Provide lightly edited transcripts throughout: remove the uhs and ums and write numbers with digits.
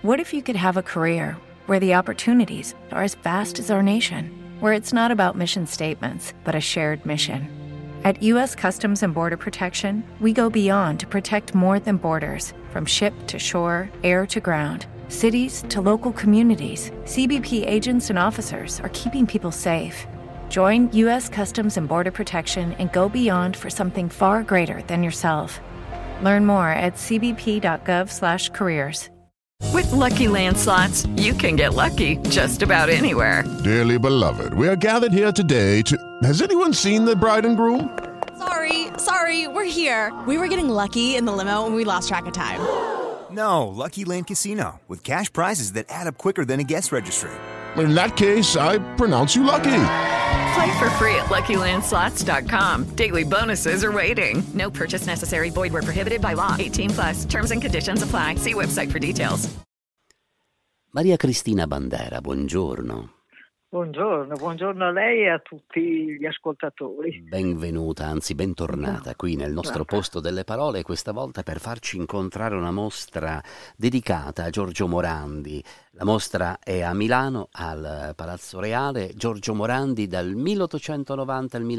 What if you could have a career where the opportunities are as vast as our nation, where it's not about mission statements, but a shared mission? At U.S. Customs and Border Protection, we go beyond to protect more than borders. From ship to shore, air to ground, cities to local communities, CBP agents and officers are keeping people safe. Join U.S. Customs and Border Protection and go beyond for something far greater than yourself. Learn more at cbp.gov/careers. With Lucky Land Slots, you can get lucky just about anywhere. Dearly beloved, we are gathered here today to... Has anyone seen the bride and groom? Sorry, we're here. We were getting lucky in the limo and we lost track of time. No, Lucky Land Casino, with cash prizes that add up quicker than a guest registry. In that case, I pronounce you lucky. Play for free at LuckyLandSlots.com. Daily bonuses are waiting. No purchase necessary. Void where prohibited by law. 18+. Terms and conditions apply. See website for details. Maria Cristina Bandera, buongiorno. Buongiorno a lei e a tutti gli ascoltatori. Benvenuta, anzi bentornata qui nel nostro posto delle parole, questa volta per farci incontrare una mostra dedicata a Giorgio Morandi. La mostra è a Milano, al Palazzo Reale. Giorgio Morandi dal 1890 al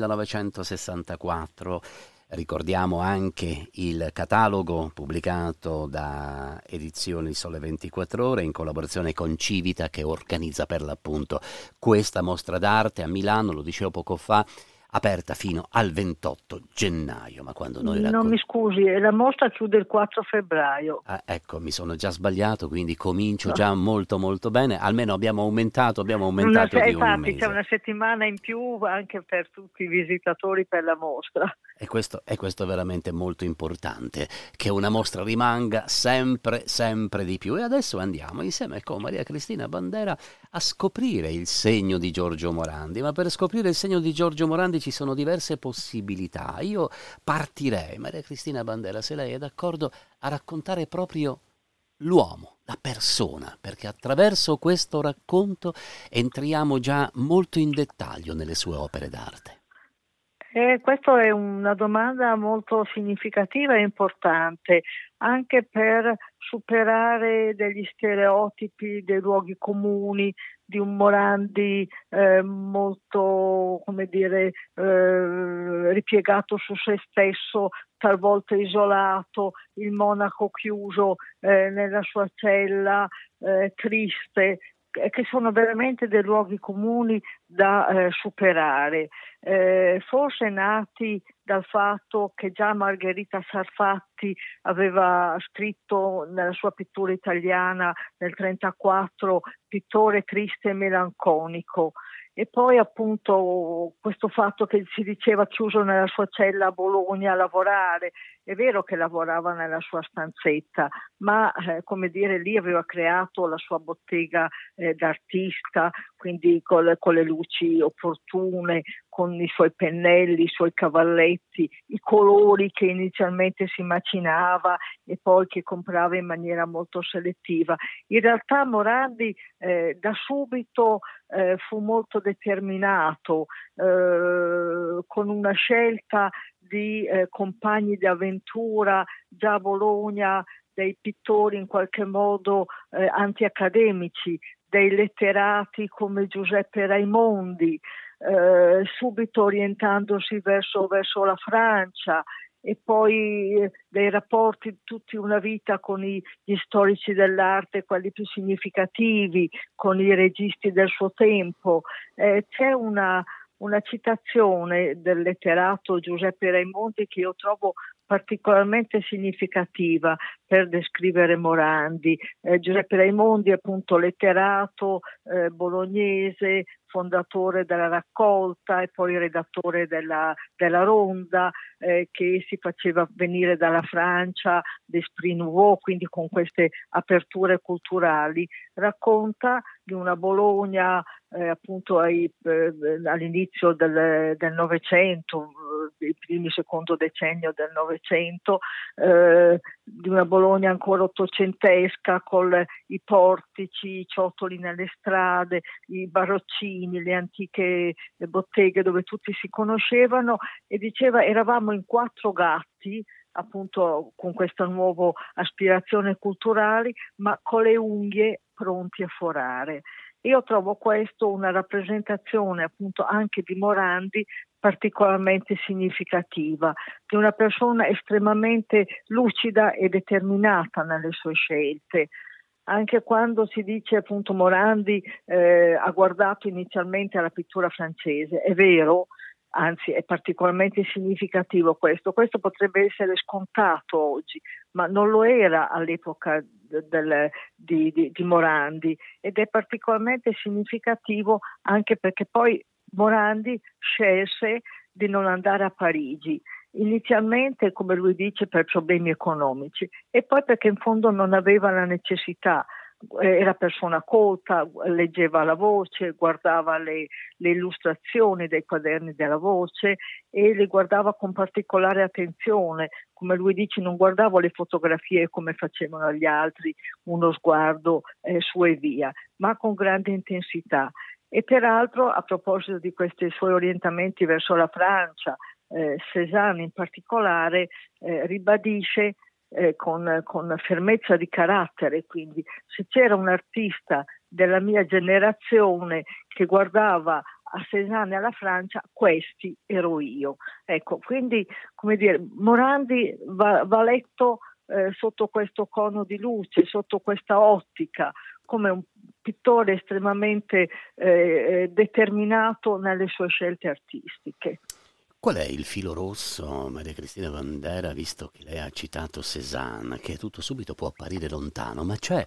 1964. Ricordiamo anche il catalogo pubblicato da Edizioni Sole 24 Ore in collaborazione con Civita, che organizza per l'appunto questa mostra d'arte a Milano, lo dicevo poco fa, aperta fino al 28 gennaio. Ma quando noi Non mi scusi, la mostra chiude il 4 febbraio. Ecco, mi sono già sbagliato, quindi comincio già molto molto bene. Almeno abbiamo aumentato di un infatti, mese. C'è una settimana in più anche per tutti i visitatori per la mostra. E questo è veramente molto importante, che una mostra rimanga sempre di più. E adesso andiamo insieme con Maria Cristina Bandera a scoprire il segno di Giorgio Morandi. Ma per scoprire il segno di Giorgio Morandi ci sono diverse possibilità. Io partirei, Maria Cristina Bandera, se lei è d'accordo, a raccontare proprio l'uomo, la persona, perché attraverso questo racconto entriamo già molto in dettaglio nelle sue opere d'arte. Questa è una domanda molto significativa e importante, anche per superare degli stereotipi, dei luoghi comuni, di un Morandi molto, ripiegato su se stesso, talvolta isolato, il monaco chiuso nella sua cella, triste, che sono veramente dei luoghi comuni da superare, forse nati dal fatto che già Margherita Sarfatti aveva scritto nella sua pittura italiana nel 1934 pittore triste e melanconico. E poi appunto questo fatto che si diceva chiuso nella sua cella a Bologna a lavorare. È vero che lavorava nella sua stanzetta, ma lì aveva creato la sua bottega d'artista, quindi con le luci opportune, con i suoi pennelli, i suoi cavalletti, i colori che inizialmente si macinava e poi che comprava in maniera molto selettiva. In realtà Morandi da subito fu molto determinato, con una scelta di compagni di avventura già a Bologna, dei pittori in qualche modo antiaccademici, dei letterati come Giuseppe Raimondi, subito orientandosi verso la Francia, e poi dei rapporti tutti una vita con gli storici dell'arte, quelli più significativi, con i registi del suo tempo. C'è una citazione del letterato Giuseppe Raimondi che io trovo particolarmente significativa per descrivere Morandi. Giuseppe Raimondi è appunto letterato bolognese, fondatore della Raccolta e poi redattore della Ronda, che si faceva venire dalla Francia, d'Esprit Nouveau, quindi con queste aperture culturali. Racconta di una Bologna appunto all'inizio del Novecento, i primi secondo decennio del Novecento, di una Bologna ancora ottocentesca, con i portici, i ciottoli nelle strade, i baroccini, le antiche botteghe dove tutti si conoscevano, e diceva eravamo in 4 gatti appunto con questa nuova aspirazione culturali, ma con le unghie pronti a forare. Io trovo questo una rappresentazione appunto anche di Morandi particolarmente significativa, di una persona estremamente lucida e determinata nelle sue scelte. Anche quando si dice appunto Morandi ha guardato inizialmente alla pittura francese, è vero, anzi è particolarmente significativo questo potrebbe essere scontato oggi, ma non lo era all'epoca di Morandi, ed è particolarmente significativo anche perché poi Morandi scelse di non andare a Parigi, inizialmente come lui dice per problemi economici e poi perché in fondo non aveva la necessità. Era persona colta, leggeva la voce, guardava le illustrazioni dei quaderni della voce e le guardava con particolare attenzione. Come lui dice, non guardavo le fotografie come facevano gli altri, uno sguardo su e via, ma con grande intensità. E peraltro, a proposito di questi suoi orientamenti verso la Francia, Cézanne in particolare ribadisce con fermezza di carattere, quindi se c'era un artista della mia generazione che guardava a Cézanne e alla Francia, questi ero io. Ecco, quindi come dire, Morandi va letto sotto questo cono di luce, sotto questa ottica, come un pittore estremamente determinato nelle sue scelte artistiche. Qual è il filo rosso, Maria Cristina Bandera, visto che lei ha citato Cézanne, che tutto subito può apparire lontano, ma c'è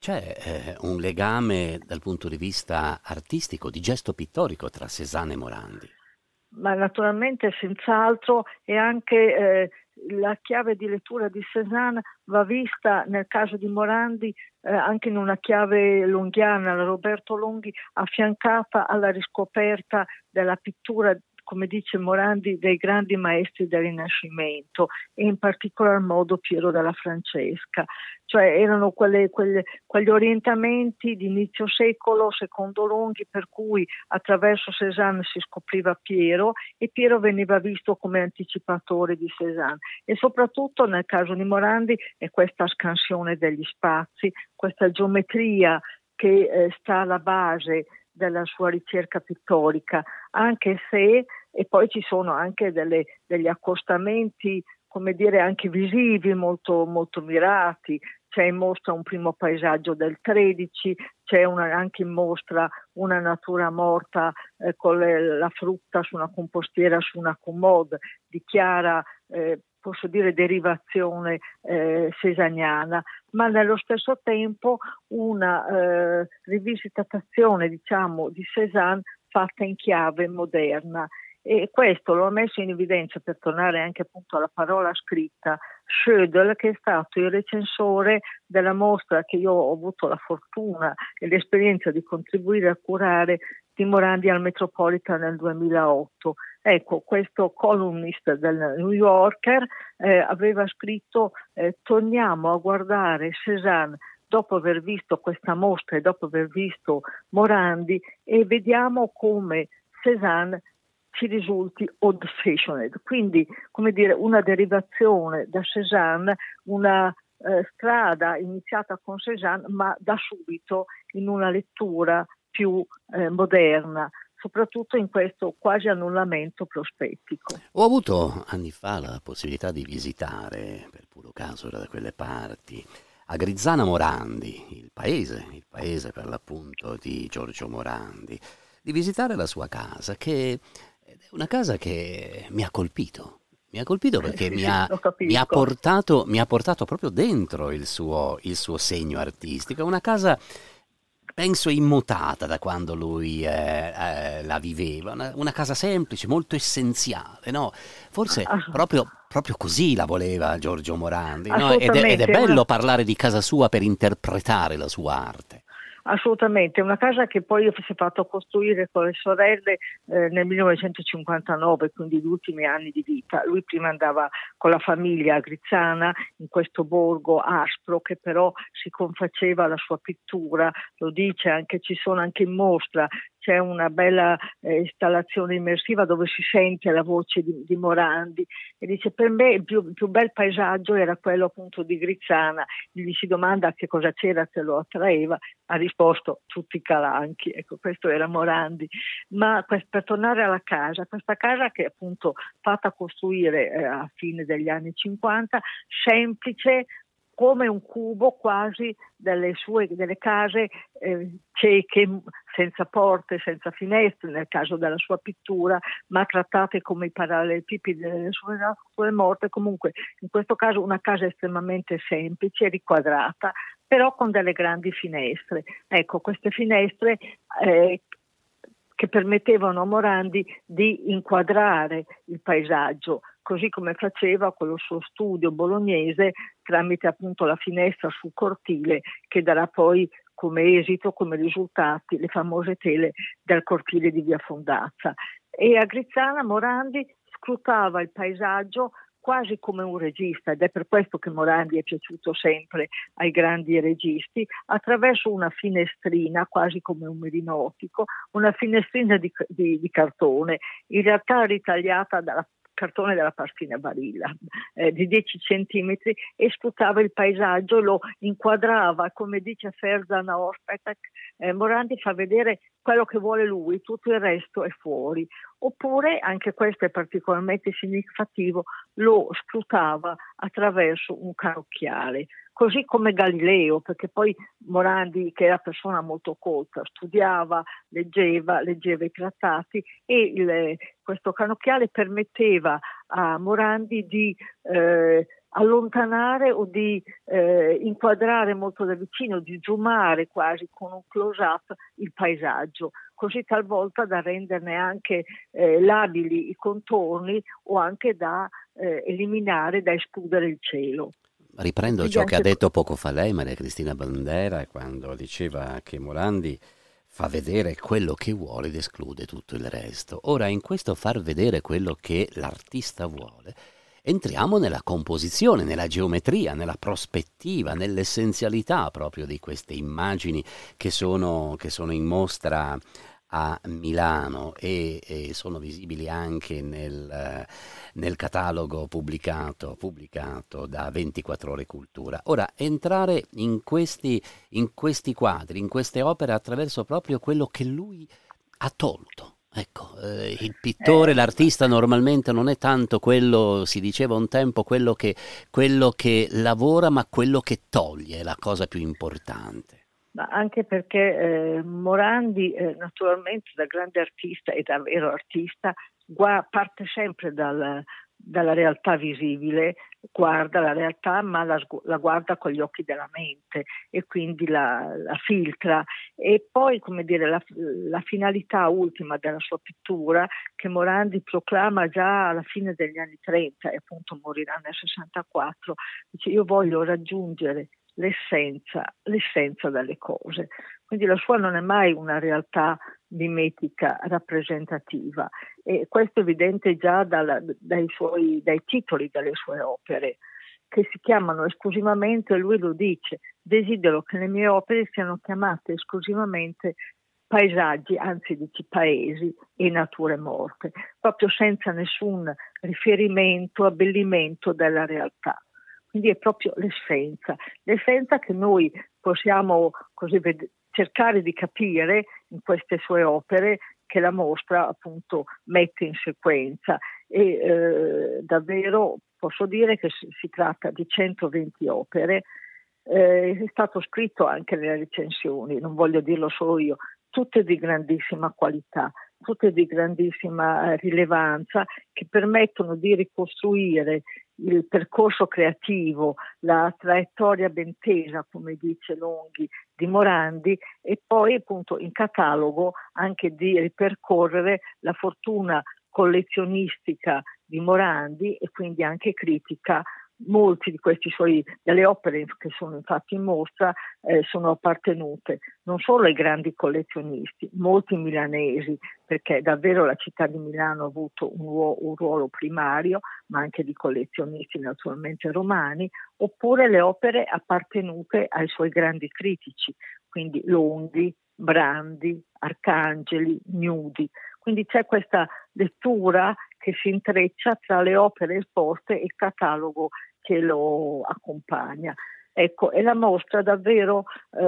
un legame dal punto di vista artistico, di gesto pittorico tra Cézanne e Morandi? Ma naturalmente senz'altro, e anche la chiave di lettura di Cézanne va vista nel caso di Morandi anche in una chiave longhiana, la Roberto Longhi, affiancata alla riscoperta della pittura, come dice Morandi, dei grandi maestri del Rinascimento e in particolar modo Piero della Francesca. Cioè erano quegli orientamenti di inizio secolo, secondo Longhi, per cui attraverso Cézanne si scopriva Piero e Piero veniva visto come anticipatore di Cézanne. E soprattutto nel caso di Morandi è questa scansione degli spazi, questa geometria che sta alla base della sua ricerca pittorica, anche se, e poi ci sono anche degli accostamenti, come dire, anche visivi molto, molto mirati. C'è in mostra un primo paesaggio del 13, c'è anche in mostra una natura morta con la frutta su una compostiera, su una commode, di chiara, posso dire, derivazione cesaniana, ma nello stesso tempo una rivisitazione, diciamo, di Cézanne fatta in chiave moderna. E questo lo ha messo in evidenza, per tornare anche appunto alla parola scritta, Schödel, che è stato il recensore della mostra che io ho avuto la fortuna e l'esperienza di contribuire a curare di Morandi al Metropolitan nel 2008. Ecco, questo columnist del New Yorker aveva scritto torniamo a guardare Cézanne dopo aver visto questa mostra e dopo aver visto Morandi e vediamo come Cézanne ci risulti old-fashioned, quindi come dire una derivazione da Cézanne, una strada iniziata con Cézanne ma da subito in una lettura più moderna, soprattutto in questo quasi annullamento prospettico. Ho avuto anni fa la possibilità di visitare, per puro caso era da quelle parti, a Grizzana Morandi, il paese per l'appunto di Giorgio Morandi, di visitare la sua casa, che è una casa che mi ha colpito. Mi ha colpito perché mi ha portato proprio dentro il suo segno artistico. Una casa, penso, immutata da quando lui la viveva. Una casa semplice, molto essenziale, no? Forse proprio così la voleva Giorgio Morandi, no? Ed è bello parlare di casa sua per interpretare la sua arte. Assolutamente, una casa che poi si è fatto costruire con le sorelle nel 1959, quindi gli ultimi anni di vita. Lui prima andava con la famiglia a Grizzana, in questo borgo aspro, che però si confaceva alla sua pittura, lo dice anche, ci sono anche in mostra c'è una bella installazione immersiva dove si sente la voce di Morandi, e dice: per me il più bel paesaggio era quello appunto di Grizzana. Gli si domanda che cosa c'era che lo attraeva, ha risposto tutti i calanchi. Ecco, questo era Morandi. Ma per tornare alla casa, questa casa che è appunto fatta costruire a fine degli anni 50, semplice come un cubo quasi, delle case cieche, senza porte, senza finestre nel caso della sua pittura, ma trattate come i parallelelepipidi delle sue morte. Comunque in questo caso una casa estremamente semplice, riquadrata, però con delle grandi finestre. Ecco, queste finestre che permettevano a Morandi di inquadrare il paesaggio, così come faceva con lo suo studio bolognese, tramite appunto la finestra sul cortile, che darà poi come esito, come risultati, le famose tele del cortile di Via Fondazza. E a Grizzana Morandi scrutava il paesaggio quasi come un regista, ed è per questo che Morandi è piaciuto sempre ai grandi registi, attraverso una finestrina, quasi come un merinotico, una finestrina di cartone, in realtà ritagliata dalla cartone della pastina Barilla, di 10 centimetri, e scrutava il paesaggio, lo inquadrava, come dice Ferzan Orpetek, Morandi fa vedere quello che vuole lui, tutto il resto è fuori. Oppure, anche questo è particolarmente significativo, lo scrutava attraverso un cannocchiale, così come Galileo, perché poi Morandi, che era persona molto colta, studiava, leggeva i trattati, e questo cannocchiale permetteva a Morandi di allontanare o di inquadrare molto da vicino, di zoomare quasi con un close-up il paesaggio, così talvolta da renderne anche labili i contorni, o anche da eliminare, da escludere il cielo. Riprendo ciò che ha detto poco fa lei, Maria Cristina Bandera, quando diceva che Morandi fa vedere quello che vuole ed esclude tutto il resto. Ora, in questo far vedere quello che l'artista vuole, entriamo nella composizione, nella geometria, nella prospettiva, nell'essenzialità proprio di queste immagini che sono in mostra a Milano e sono visibili anche nel catalogo pubblicato da 24 Ore Cultura. Ora, entrare in questi quadri, in queste opere, attraverso proprio quello che lui ha tolto. Ecco, il pittore, l'artista normalmente non è tanto quello, si diceva un tempo, quello che lavora, ma quello che toglie è la cosa più importante. Ma anche perché Morandi, naturalmente, da grande artista e da vero artista, parte sempre dalla realtà visibile, guarda la realtà, ma la guarda con gli occhi della mente, e quindi la filtra. E poi, come dire, la finalità ultima della sua pittura, che Morandi proclama già alla fine degli anni 30, e appunto morirà nel 64, dice: io voglio raggiungere l'essenza delle cose. Quindi la sua non è mai una realtà mimetica, rappresentativa, e questo è evidente già dai titoli delle sue opere, che si chiamano esclusivamente, lui lo dice: desidero che le mie opere siano chiamate esclusivamente paesaggi, anzi dici paesi e nature morte, proprio senza nessun riferimento, abbellimento della realtà. Quindi è proprio l'essenza che noi possiamo così cercare di capire in queste sue opere, che la mostra appunto mette in sequenza. E davvero posso dire che si tratta di 120 opere, è stato scritto anche nelle recensioni, non voglio dirlo solo io, tutte di grandissima qualità, tutte di grandissima rilevanza, che permettono di ricostruire il percorso creativo, la traiettoria ben tesa, come dice Longhi, di Morandi, e poi appunto in catalogo anche di ripercorrere la fortuna collezionistica di Morandi, e quindi anche critica. Molti di questi delle opere che sono infatti in mostra sono appartenute non solo ai grandi collezionisti, molti milanesi, perché davvero la città di Milano ha avuto un ruolo primario, ma anche di collezionisti naturalmente romani, oppure le opere appartenute ai suoi grandi critici, quindi Longhi, brandi, arcangeli, nudi. Quindi c'è questa lettura che si intreccia tra le opere esposte e il catalogo che lo accompagna. Ecco, e la mostra davvero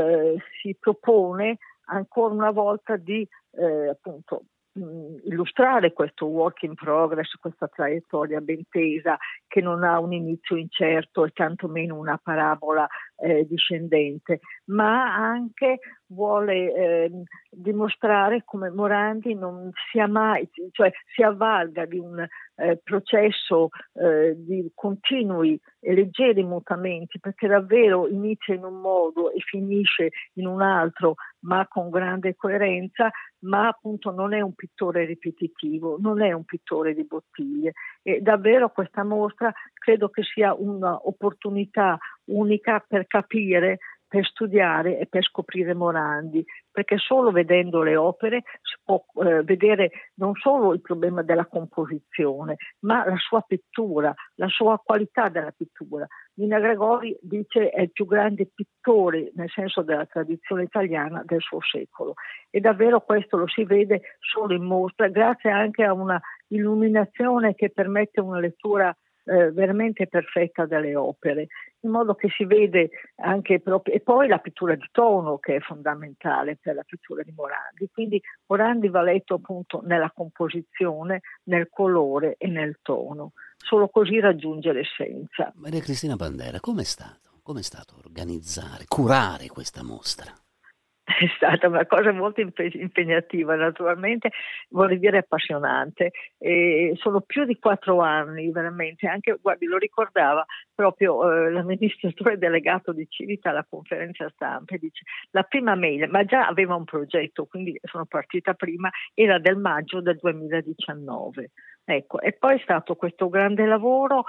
si propone ancora una volta di appunto illustrare questo work in progress, questa traiettoria ben tesa che non ha un inizio incerto e tantomeno una parabola discendente, ma anche vuole dimostrare come Morandi non sia mai, cioè si avvalga di un processo di continui e leggeri mutamenti, perché davvero inizia in un modo e finisce in un altro, ma con grande coerenza, ma appunto non è un pittore ripetitivo, non è un pittore di bottiglie. E davvero questa mostra credo che sia un'opportunità unica per capire, per studiare e per scoprire Morandi, perché solo vedendo le opere si può vedere non solo il problema della composizione, ma la sua pittura, la sua qualità della pittura. Nina Gregori dice è il più grande pittore, nel senso della tradizione italiana, del suo secolo. E davvero questo lo si vede solo in mostra, grazie anche a una illuminazione che permette una lettura veramente perfetta delle opere, in modo che si vede anche proprio, e poi la pittura di tono che è fondamentale per la pittura di Morandi. Quindi Morandi va letto appunto nella composizione, nel colore e nel tono, solo così raggiunge l'essenza. Maria Cristina Bandera, com'è stato organizzare, curare questa mostra? È stata una cosa molto impegnativa, naturalmente, vorrei dire appassionante. Sono più di 4 anni, veramente, anche, guardi, lo ricordava proprio l'amministratore delegato di Civita alla conferenza stampa, dice, la prima mail, ma già aveva un progetto, quindi sono partita prima, era del maggio del 2019. Ecco, e poi è stato questo grande lavoro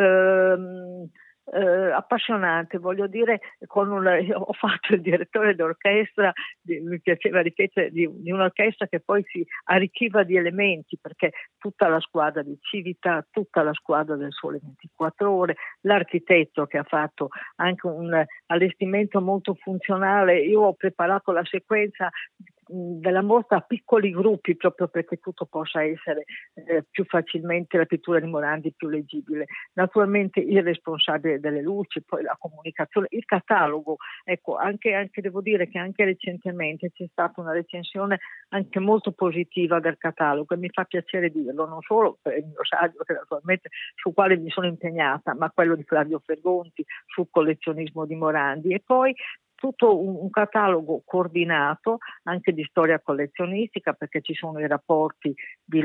appassionante, voglio dire, ho fatto il direttore d'orchestra, mi piaceva ripetere, di un'orchestra che poi si arricchiva di elementi, perché tutta la squadra di Civita, tutta la squadra del Sole 24 Ore, l'architetto che ha fatto anche un allestimento molto funzionale. Io ho preparato la sequenza della mostra a piccoli gruppi, proprio perché tutto possa essere più facilmente, la pittura di Morandi più leggibile. Naturalmente il responsabile delle luci, poi la comunicazione, il catalogo. Ecco, anche devo dire che anche recentemente c'è stata una recensione anche molto positiva del catalogo, e mi fa piacere dirlo, non solo per il mio saggio, che naturalmente sul quale mi sono impegnata, ma quello di Flavio Fergonti sul collezionismo di Morandi, e poi tutto un catalogo coordinato anche di storia collezionistica, perché ci sono i rapporti di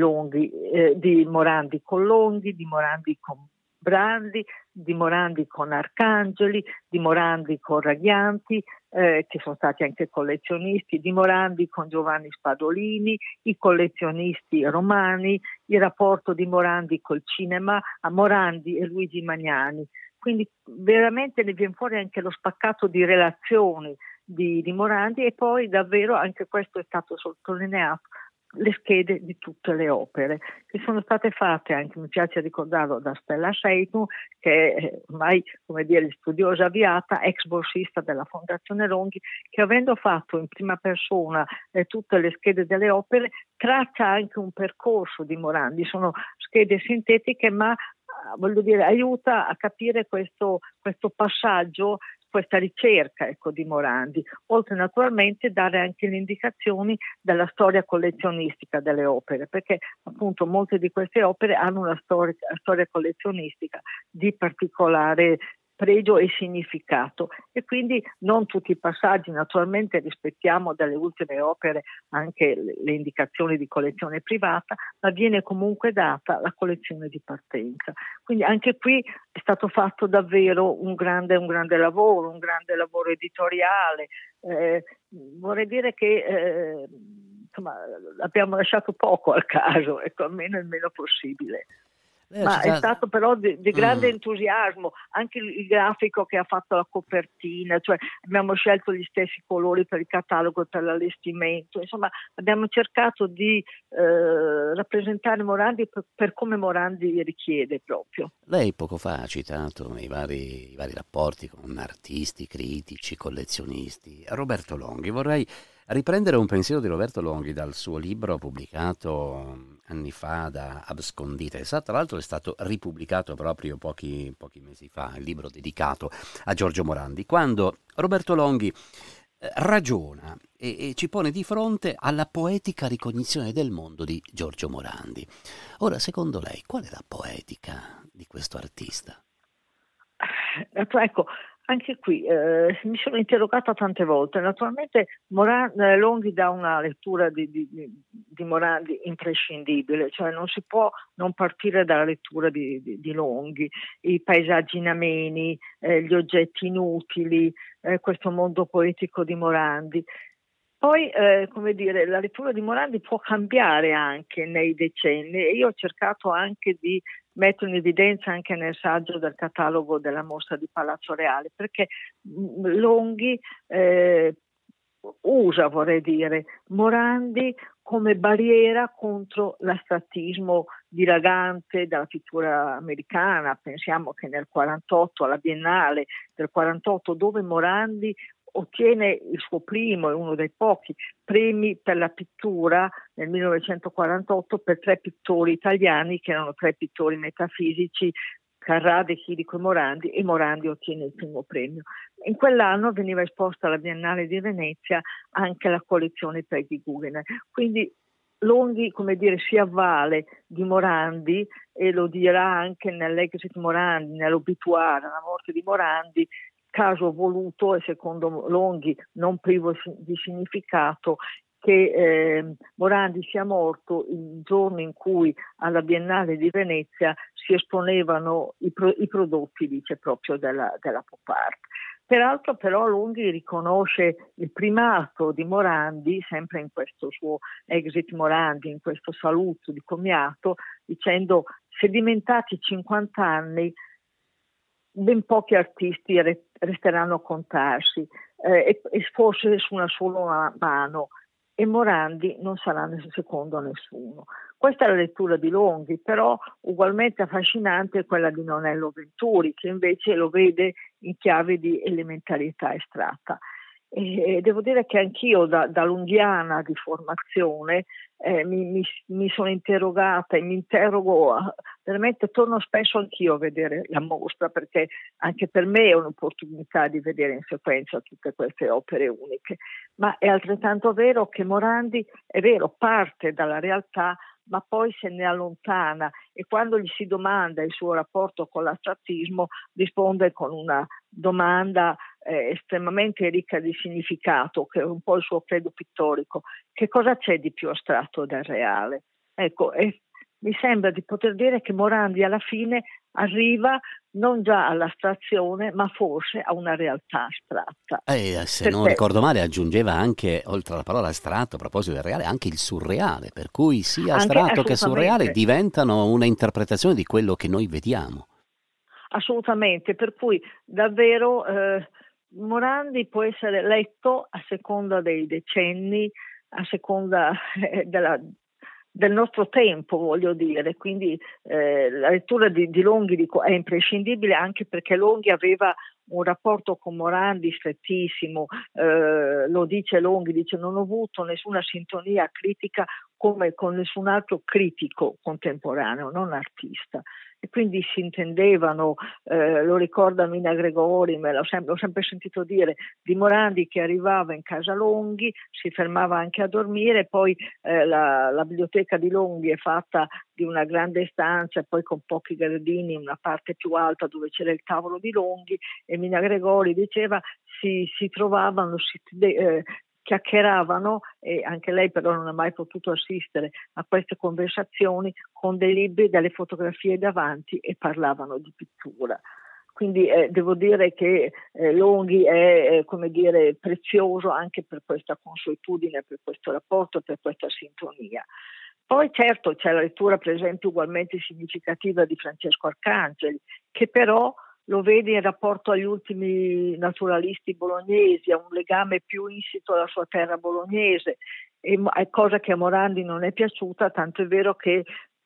Morandi con Longhi, di Morandi con Brandi, di Morandi con Arcangeli, di Morandi con Ragghianti, che sono stati anche collezionisti, di Morandi con Giovanni Spadolini, i collezionisti romani, il rapporto di Morandi col cinema, a Morandi e Luigi Magnani. Quindi veramente ne viene fuori anche lo spaccato di relazioni di Morandi, e poi davvero anche questo è stato sottolineato, le schede di tutte le opere che sono state fatte, anche mi piace ricordarlo, da Stella Seitu, che è ormai, come dire, studiosa avviata, ex borsista della Fondazione Longhi, che avendo fatto in prima persona tutte le schede delle opere, traccia anche un percorso di Morandi. Sono schede sintetiche, ma voglio dire, aiuta a capire questo passaggio, questa ricerca, ecco, di Morandi, oltre naturalmente dare anche le indicazioni della storia collezionistica delle opere, perché appunto molte di queste opere hanno una storia collezionistica di particolare pregio e significato, e quindi non tutti i passaggi, naturalmente rispettiamo dalle ultime opere anche le indicazioni di collezione privata, ma viene comunque data la collezione di partenza. Quindi anche qui è stato fatto davvero un grande lavoro editoriale. Vorrei dire che insomma, abbiamo lasciato poco al caso, ecco, almeno il meno possibile. Ma è stato però di grande entusiasmo anche il grafico che ha fatto la copertina, cioè abbiamo scelto gli stessi colori per il catalogo e per l'allestimento, insomma abbiamo cercato di rappresentare Morandi per come Morandi richiede proprio. Lei poco fa ha citato i vari rapporti con artisti, critici, collezionisti. Roberto Longhi, vorrei Riprendere un pensiero di Roberto Longhi dal suo libro pubblicato anni fa da Abscondite. Tra l'altro è stato ripubblicato proprio pochi mesi fa, il libro dedicato a Giorgio Morandi, quando Roberto Longhi ragiona e ci pone di fronte alla poetica ricognizione del mondo di Giorgio Morandi. Ora, secondo lei, qual è la poetica di questo artista? Ecco, anche qui mi sono interrogata tante volte. Naturalmente Longhi dà una lettura di Morandi imprescindibile, cioè non si può non partire dalla lettura di Longhi, i paesaggi in ameni, gli oggetti inutili, questo mondo poetico di Morandi. Poi, come dire, la lettura di Morandi può cambiare anche nei decenni e io ho cercato anche di mettere in evidenza anche nel saggio del catalogo della mostra di Palazzo Reale, perché Longhi usa, vorrei dire, Morandi come barriera contro l'astrattismo dilagante della pittura americana. Pensiamo che nel 48, alla Biennale del 48, dove Morandi ottiene il suo primo e uno dei pochi premi per la pittura nel 1948 per 3 pittori italiani che erano 3 pittori metafisici, Carrà, Chirico e Morandi ottiene il primo premio. In quell'anno veniva esposta alla Biennale di Venezia anche la collezione Peggy Guggenheim. Quindi Longhi, come dire, si avvale di Morandi e lo dirà anche nell'Exit Morandi, nell'Obituario, la morte di Morandi, caso voluto e secondo Longhi non privo di significato, che Morandi sia morto il giorno in cui alla Biennale di Venezia si esponevano i prodotti, dice, proprio della pop art. Peraltro però Longhi riconosce il primato di Morandi, sempre in questo suo Exit Morandi, in questo saluto di commiato, dicendo: sedimentati 50 anni, ben pochi artisti resteranno a contarsi, e forse su una sola mano, e Morandi non sarà secondo a nessuno. Questa è la lettura di Longhi, però ugualmente affascinante è quella di Nonello Venturi, che invece lo vede in chiave di elementarietà estratta. E devo dire che anch'io da lunghiana di formazione mi sono interrogata e mi interrogo, veramente torno spesso anch'io a vedere la mostra, perché anche per me è un'opportunità di vedere in sequenza tutte queste opere uniche. Ma è altrettanto vero che Morandi, è vero, parte dalla realtà, ma poi se ne allontana, e quando gli si domanda il suo rapporto con l'astrattismo risponde con una domanda estremamente ricca di significato, che è un po' il suo credo pittorico: che cosa c'è di più astratto del reale? Ecco, mi sembra di poter dire che Morandi alla fine arriva non già all'astrazione, ma forse a una realtà astratta. Se non ricordo male, aggiungeva anche, oltre alla parola astratto, a proposito del reale, anche il surreale, per cui sia astratto che surreale diventano una interpretazione di quello che noi vediamo. Assolutamente, per cui davvero Morandi può essere letto a seconda dei decenni, a seconda del nostro tempo, voglio dire. Quindi la lettura di Longhi, dico, è imprescindibile, anche perché Longhi aveva un rapporto con Morandi strettissimo. Lo dice Longhi, dice: non ho avuto nessuna sintonia critica come con nessun altro critico contemporaneo, non artista. E quindi si intendevano, lo ricorda Mina Gregori, l'ho sempre sentito dire di Morandi, che arrivava in casa Longhi, si fermava anche a dormire, poi la biblioteca di Longhi è fatta di una grande stanza e poi con pochi gradini, una parte più alta dove c'era il tavolo di Longhi, e Mina Gregori diceva si trovavano, chiacchieravano, e anche lei però non ha mai potuto assistere a queste conversazioni, con dei libri, delle fotografie davanti, e parlavano di pittura. Quindi devo dire che Longhi è come dire prezioso anche per questa consuetudine, per questo rapporto, per questa sintonia. Poi certo c'è la lettura, per esempio, ugualmente significativa di Francesco Arcangeli, che però lo vede in rapporto agli ultimi naturalisti bolognesi, ha un legame più insito alla sua terra bolognese, cosa che a Morandi non è piaciuta, tanto è vero che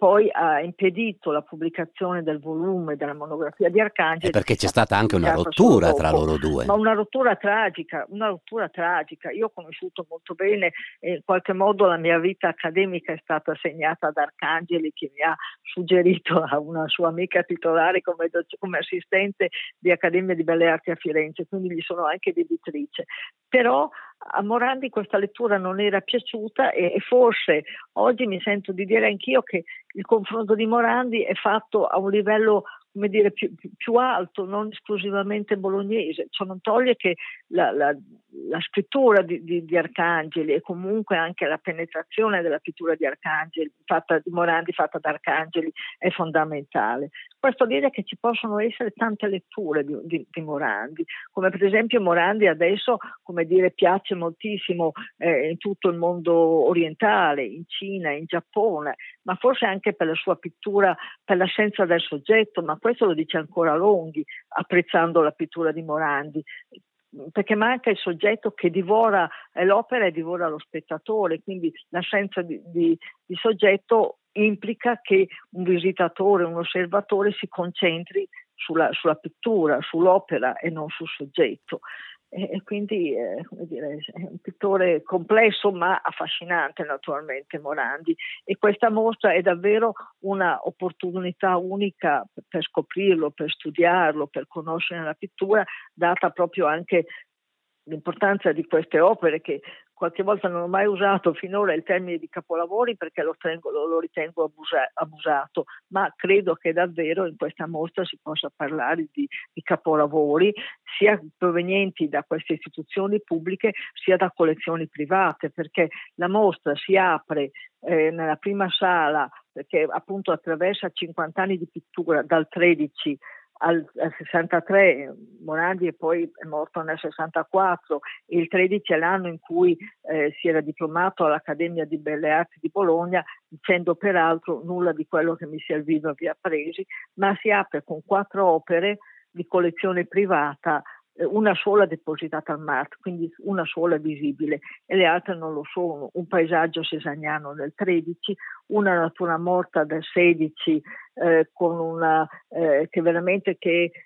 poi ha impedito la pubblicazione del volume della monografia di Arcangeli. Perché c'è stata anche una rottura tra loro due. Ma una rottura tragica. Io ho conosciuto molto bene e in qualche modo la mia vita accademica è stata segnata da Arcangeli, che mi ha suggerito a una sua amica titolare come assistente di Accademia di Belle Arti a Firenze, quindi gli sono anche debitrice. Però a Morandi questa lettura non era piaciuta e forse oggi mi sento di dire anch'io che il confronto di Morandi è fatto a un livello, come dire, più alto, non esclusivamente bolognese. Ciò non toglie che la scrittura di Arcangeli e comunque anche la penetrazione della pittura di Arcangeli, di Morandi, fatta da Arcangeli, è fondamentale. Questo dire che ci possono essere tante letture di Morandi, come per esempio Morandi adesso, come dire, piace moltissimo in tutto il mondo orientale, in Cina, in Giappone, ma forse anche per la sua pittura, per l'assenza del soggetto, ma questo lo dice ancora Longhi, apprezzando la pittura di Morandi, perché manca il soggetto che divora l'opera e divora lo spettatore, quindi l'assenza di soggetto implica che un visitatore, un osservatore si concentri sulla pittura, sull'opera e non sul soggetto. E quindi come dire, è un pittore complesso ma affascinante naturalmente Morandi, e questa mostra è davvero una opportunità unica per scoprirlo, per studiarlo, per conoscere la pittura, data proprio anche l'importanza di queste opere, che qualche volta non ho mai usato finora il termine di capolavori perché lo ritengo abusato, ma credo che davvero in questa mostra si possa parlare di capolavori sia provenienti da queste istituzioni pubbliche sia da collezioni private, perché la mostra si apre nella prima sala, perché appunto attraversa 50 anni di pittura dal 13 al 63, Morandi e poi è morto nel 64, e il 13 è l'anno in cui si era diplomato all'Accademia di Belle Arti di Bologna, dicendo peraltro nulla di quello che Michel vi ha presi, ma si apre con 4 opere di collezione privata, una sola depositata al MART, quindi una sola visibile e le altre non lo sono. Un paesaggio cesaniano del 13, una natura morta del 16, con una che veramente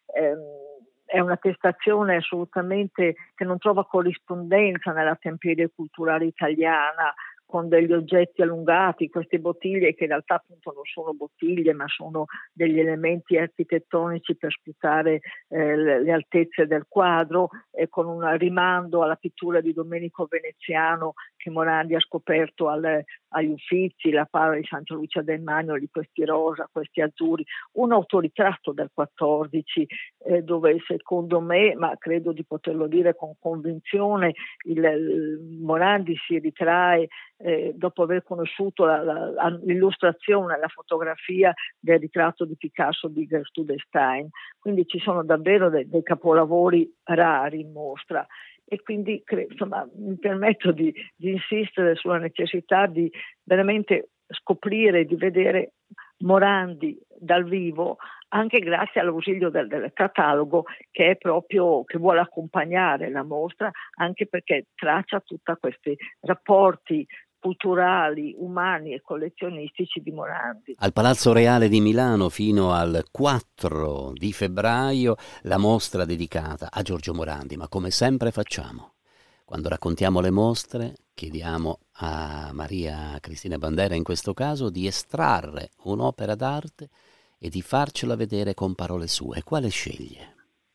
è un'attestazione assolutamente che non trova corrispondenza nella temperie culturale italiana, con degli oggetti allungati, queste bottiglie che in realtà appunto non sono bottiglie ma sono degli elementi architettonici per sfruttare le altezze del quadro, con un rimando alla pittura di Domenico Veneziano che Morandi ha scoperto agli Uffizi, la parola di Santa Lucia del Magno, di questi rosa, questi azzurri, un autoritratto del 14 dove secondo me, ma credo di poterlo dire con convinzione, il Morandi si ritrae dopo aver conosciuto l'illustrazione, la fotografia del ritratto di Picasso di Gertrude Stein, quindi ci sono davvero dei capolavori rari in mostra. E quindi insomma, mi permetto di insistere sulla necessità di veramente scoprire, di vedere Morandi dal vivo, anche grazie all'ausilio del catalogo che è proprio, che vuole accompagnare la mostra, anche perché traccia tutti questi rapporti culturali, umani e collezionistici di Morandi. Al Palazzo Reale di Milano fino al 4 di febbraio la mostra dedicata a Giorgio Morandi, ma come sempre facciamo, quando raccontiamo le mostre, chiediamo a Maria Cristina Bandera in questo caso di estrarre un'opera d'arte e di farcela vedere con parole sue. Quale sceglie?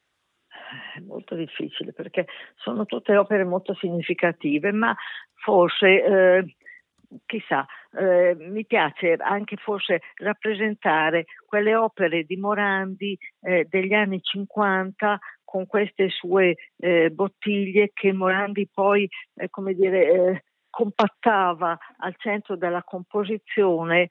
È molto difficile perché sono tutte opere molto significative, ma forse chissà, mi piace anche forse rappresentare quelle opere di Morandi degli anni 50 con queste sue bottiglie che Morandi poi, come dire, compattava al centro della composizione,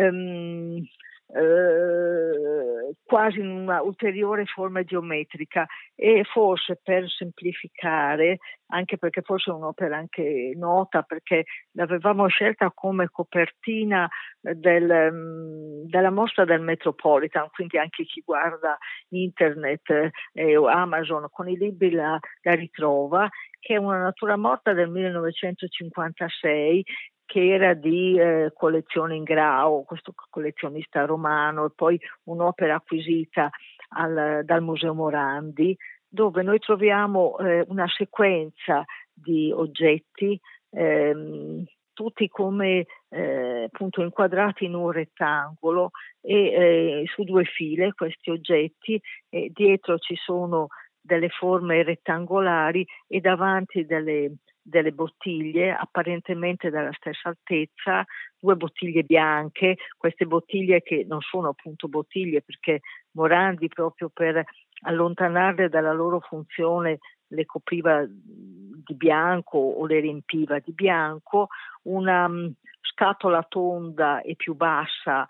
quasi in una ulteriore forma geometrica, e forse per semplificare, anche perché forse è un'opera anche nota perché l'avevamo scelta come copertina della mostra del Metropolitan, quindi anche chi guarda internet o Amazon con i libri la ritrova, che è una natura morta del 1956 che era di collezione Ingrao, questo collezionista romano, e poi un'opera acquisita dal Museo Morandi, dove noi troviamo una sequenza di oggetti, tutti come appunto inquadrati in un rettangolo e su due file questi oggetti, e dietro ci sono delle forme rettangolari e davanti delle bottiglie apparentemente della stessa altezza, due bottiglie bianche, queste bottiglie che non sono appunto bottiglie perché Morandi, proprio per allontanarle dalla loro funzione, le copriva di bianco o le riempiva di bianco, una scatola tonda e più bassa,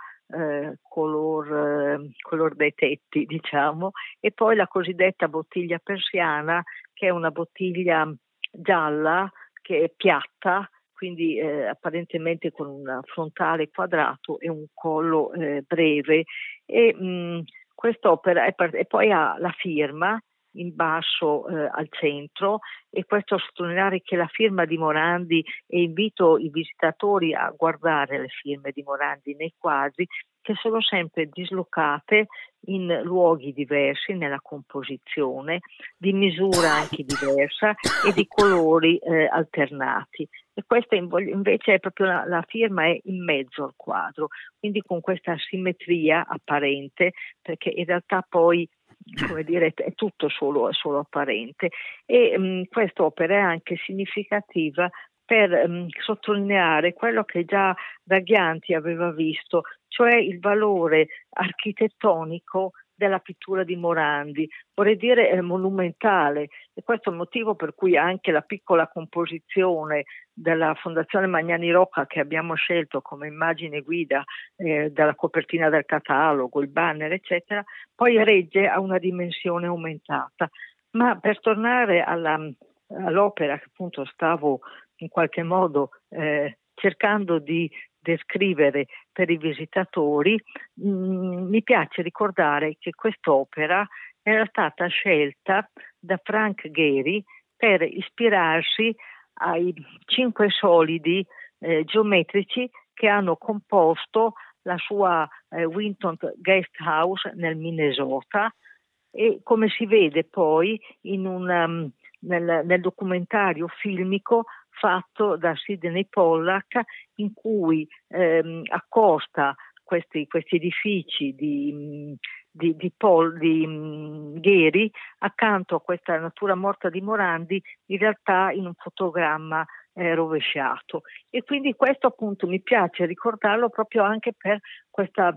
color dei tetti, diciamo, e poi la cosiddetta bottiglia persiana, che è una bottiglia gialla che è piatta, quindi apparentemente con un frontale quadrato e un collo breve, e quest'opera e poi ha la firma in basso al centro, e questo a sottolineare che la firma di Morandi, e invito i visitatori a guardare le firme di Morandi nei quadri, che sono sempre dislocate in luoghi diversi nella composizione, di misura anche diversa e di colori alternati. E questa invece è proprio la firma è in mezzo al quadro, quindi con questa simmetria apparente, perché in realtà poi, come dire, è tutto solo apparente. E quest'opera è anche significativa per sottolineare quello che già Ragghianti aveva visto, cioè il valore architettonico della pittura di Morandi, vorrei dire monumentale, e questo è il motivo per cui anche la piccola composizione della Fondazione Magnani Rocca, che abbiamo scelto come immagine guida dalla copertina del catalogo, il banner eccetera, poi regge a una dimensione aumentata. Ma per tornare all'opera che appunto stavo in qualche modo cercando di descrivere per i visitatori, mi piace ricordare che quest'opera era stata scelta da Frank Gehry per ispirarsi ai 5 solidi geometrici che hanno composto la sua Winton Guest House nel Minnesota, e come si vede poi nel documentario filmico fatto da Sidney Pollack, in cui accosta questi edifici di Gehry accanto a questa natura morta di Morandi, in realtà in un fotogramma rovesciato. E quindi questo appunto mi piace ricordarlo proprio anche per questa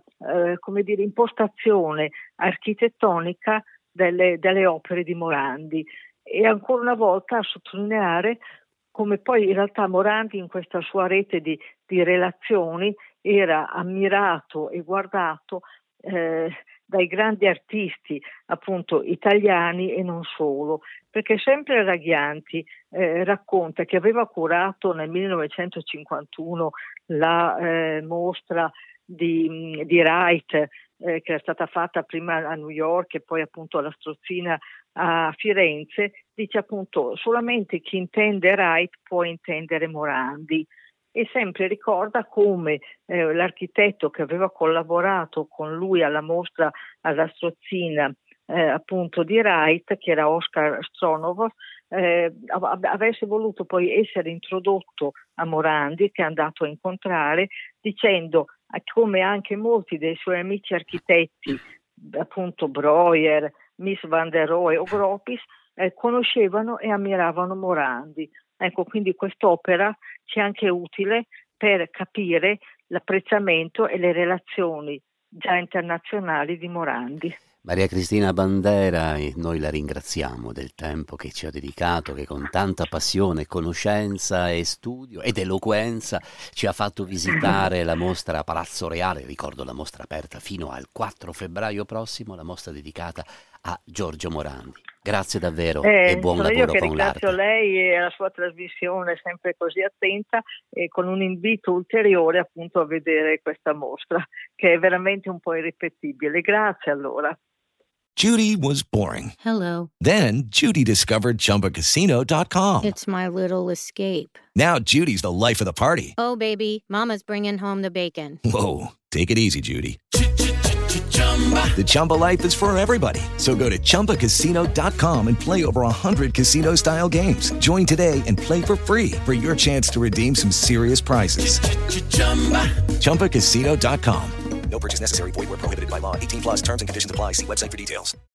impostazione architettonica delle opere di Morandi, e ancora una volta a sottolineare come poi in realtà Morandi, in questa sua rete di relazioni, era ammirato e guardato dai grandi artisti appunto italiani e non solo, perché sempre Ragghianti racconta che aveva curato nel 1951 la mostra di Wright, che era stata fatta prima a New York e poi appunto alla Strozzina a Firenze. Dice appunto solamente chi intende Wright può intendere Morandi, e sempre ricorda come l'architetto che aveva collaborato con lui alla mostra alla Strozzina appunto di Wright, che era Oscar Stronovof, avesse voluto poi essere introdotto a Morandi, che è andato a incontrare, dicendo come anche molti dei suoi amici architetti, appunto Breuer, Mies van der Rohe o Gropis, conoscevano e ammiravano Morandi. Ecco, quindi quest'opera ci è anche utile per capire l'apprezzamento e le relazioni già internazionali di Morandi. Maria Cristina Bandera, noi la ringraziamo del tempo che ci ha dedicato, che con tanta passione, conoscenza e studio ed eloquenza ci ha fatto visitare la mostra Palazzo Reale. Ricordo la mostra aperta fino al 4 febbraio prossimo, la mostra dedicata a Giorgio Morandi. Grazie davvero e buon lavoro con l'arte. Ringrazio lei e la sua trasmissione sempre così attenta, e con un invito ulteriore appunto a vedere questa mostra, che è veramente un po' irripetibile. Grazie allora. Judy was boring. Hello. Then Judy discovered ChumbaCasino.com. It's my little escape. Now Judy's the life of the party. Oh, baby, mama's bringing home the bacon. Whoa, take it easy, Judy. The Chumba life is for everybody. So go to ChumbaCasino.com and play over 100 casino-style games. Join today and play for free for your chance to redeem some serious prizes. ChumbaCasino.com. No purchase necessary. Void where prohibited by law. 18 plus terms and conditions apply. See website for details.